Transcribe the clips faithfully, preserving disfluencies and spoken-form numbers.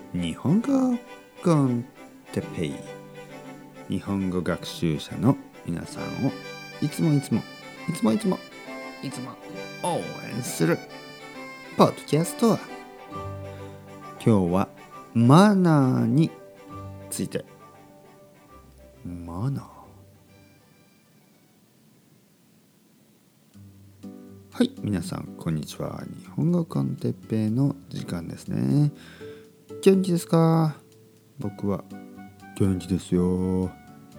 日本語コンテペイ、日本語学習者の皆さんをいつもいつもいつもいつもいつも応援するポッドキャストは、今日はマナーについて。マナー、はい、皆さんこんにちは。日本語コンテッペイの時間ですね。元気ですか？僕は元気ですよ。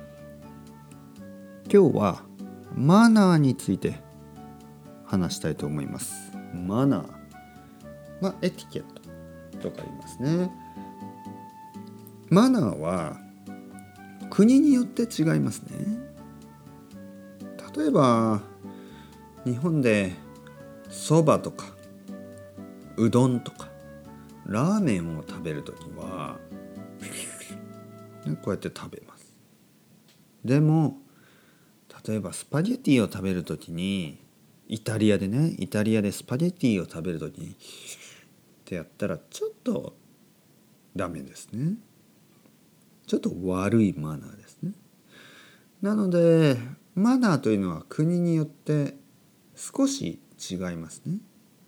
今日はマナーについて話したいと思います。マナー、まあエティケットとか言いますね。マナーは国によって違いますね。例えば日本でそばとかうどんとかラーメンを食べるときはこうやって食べます。でも例えばスパゲティを食べるときに、イタリアでねイタリアでスパゲティを食べるときにってやったらちょっとダメですね。ちょっと悪いマナーですね。なのでマナーというのは国によって少し違いますね。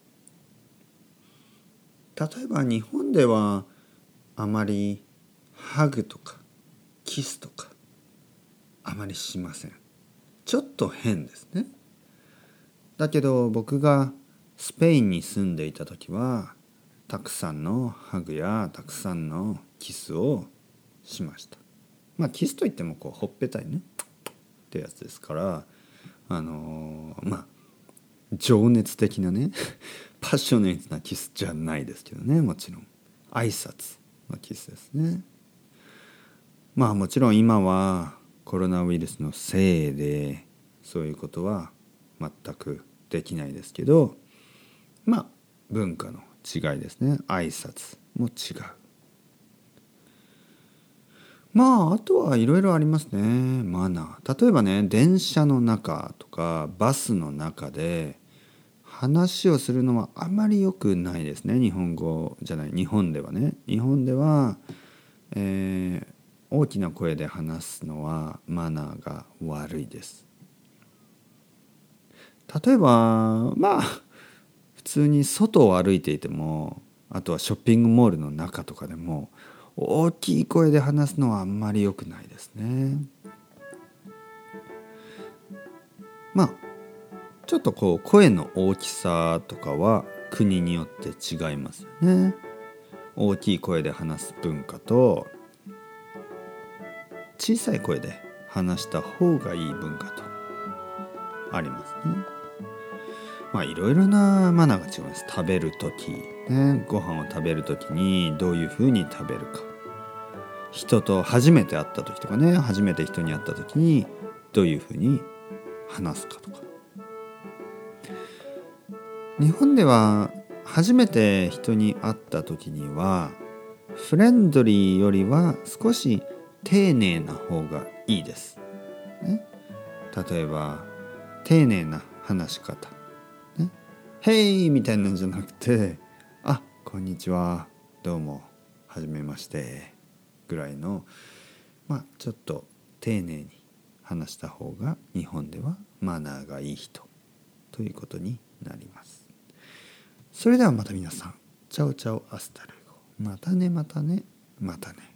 例えば日本ではあまりハグとかキスとかあまりしません。ちょっと変ですね。だけど僕がスペインに住んでいた時はたくさんのハグやたくさんのキスをしました。まあキスといってもこうほっぺたいねってやつですから、あのー、まあ情熱的なねパッショネイトなキスじゃないですけどね、もちろん挨拶のキスですね。まあもちろん今はコロナウイルスのせいでそういうことは全くできないですけど、まあ文化の違いですね。挨拶も違う。まああとはいろいろありますね、マナー。例えばね、電車の中とかバスの中で話をするのはあまり良くないですね。日本語じゃない日本ではね日本では、えー、大きな声で話すのはマナーが悪いです。例えばまあ普通に外を歩いていても、あとはショッピングモールの中とかでも大きい声で話すのはあんまり良くないですね。まあちょっとこう声の大きさとかは国によって違いますよね。大きい声で話す文化と小さい声で話した方がいい文化とありますね。まあいろいろなマナーが違います。食べるとき、ね、ご飯を食べるときにどういうふうに食べるか。人と初めて会ったときとかね、初めて人に会ったときにどういうふうに話すかとか。日本では初めて人に会ったときにはフレンドリーよりは少し丁寧な方がいいです、ね、例えば丁寧な話し方、ね、ヘイみたいなんじゃなくて、あ、こんにちは、どうも、はじめましてぐらいの、まあちょっと丁寧に話した方が日本ではマナーがいい人ということになります。それではまた皆さん、チャオチャオアスタルゴ、またねまたねまたね。